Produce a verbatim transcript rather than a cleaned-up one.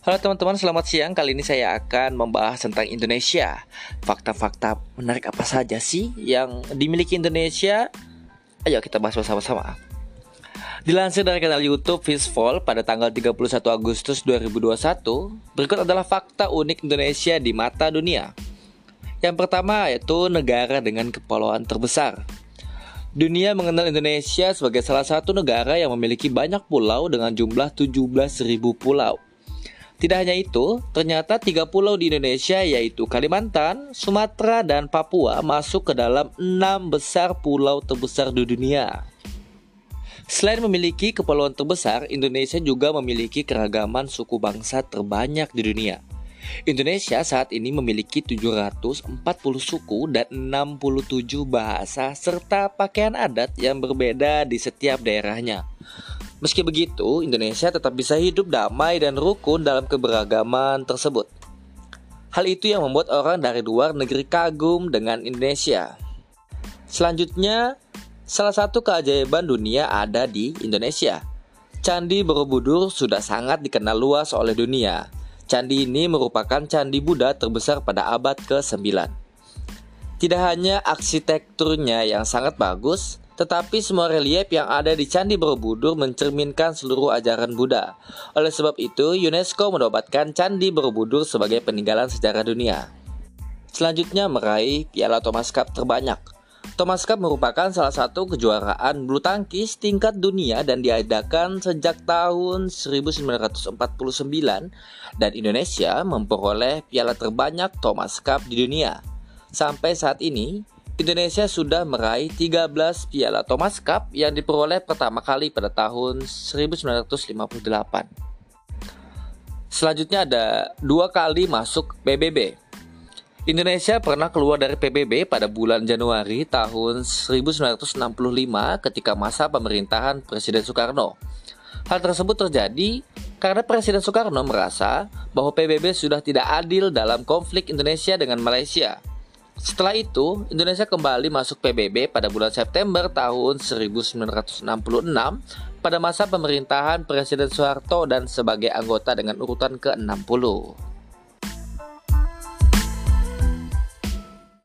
Halo teman-teman, selamat siang. Kali ini saya akan membahas tentang Indonesia. Fakta-fakta menarik apa saja sih yang dimiliki Indonesia? Ayo kita bahas bersama-sama. Dilansir dari kanal YouTube Fishful pada tanggal tiga puluh satu Agustus dua ribu dua puluh satu, berikut adalah fakta unik Indonesia di mata dunia. Yang pertama yaitu negara dengan kepulauan terbesar. Dunia mengenal Indonesia sebagai salah satu negara yang memiliki banyak pulau dengan jumlah tujuh belas ribu pulau. Tidak hanya itu, ternyata tiga pulau di Indonesia yaitu Kalimantan, Sumatera, dan Papua masuk ke dalam enam besar pulau terbesar di dunia. Selain memiliki kepulauan terbesar, Indonesia juga memiliki keragaman suku bangsa terbanyak di dunia. Indonesia saat ini memiliki tujuh ratus empat puluh suku dan enam puluh tujuh bahasa serta pakaian adat yang berbeda di setiap daerahnya. Meski begitu, Indonesia tetap bisa hidup damai dan rukun dalam keberagaman tersebut. Hal itu yang membuat orang dari luar negeri kagum dengan Indonesia. Selanjutnya, salah satu keajaiban dunia ada di Indonesia. Candi Borobudur sudah sangat dikenal luas oleh dunia. Candi ini merupakan candi Buddha terbesar pada abad kesembilan. Tidak hanya arsitekturnya yang sangat bagus, tetapi semua relief yang ada di Candi Borobudur mencerminkan seluruh ajaran Buddha. Oleh sebab itu, UNESCO menobatkan Candi Borobudur sebagai peninggalan sejarah dunia. Selanjutnya meraih Piala Thomas Cup terbanyak. Thomas Cup merupakan salah satu kejuaraan bulu tangkis tingkat dunia dan diadakan sejak tahun seribu sembilan ratus empat puluh sembilan dan Indonesia memperoleh piala terbanyak Thomas Cup di dunia. Sampai saat ini, Indonesia sudah meraih tiga belas piala Thomas Cup yang diperoleh pertama kali pada tahun seribu sembilan ratus lima puluh delapan. Selanjutnya ada dua kali masuk P B B. Indonesia pernah keluar dari P B B pada bulan Januari tahun seribu sembilan ratus enam puluh lima ketika masa pemerintahan Presiden Soekarno. Hal tersebut terjadi karena Presiden Soekarno merasa bahwa P B B sudah tidak adil dalam konflik Indonesia dengan Malaysia. Setelah itu, Indonesia kembali masuk P B B pada bulan September tahun seribu sembilan ratus enam puluh enam pada masa pemerintahan Presiden Soeharto dan sebagai anggota dengan urutan ke enam puluh.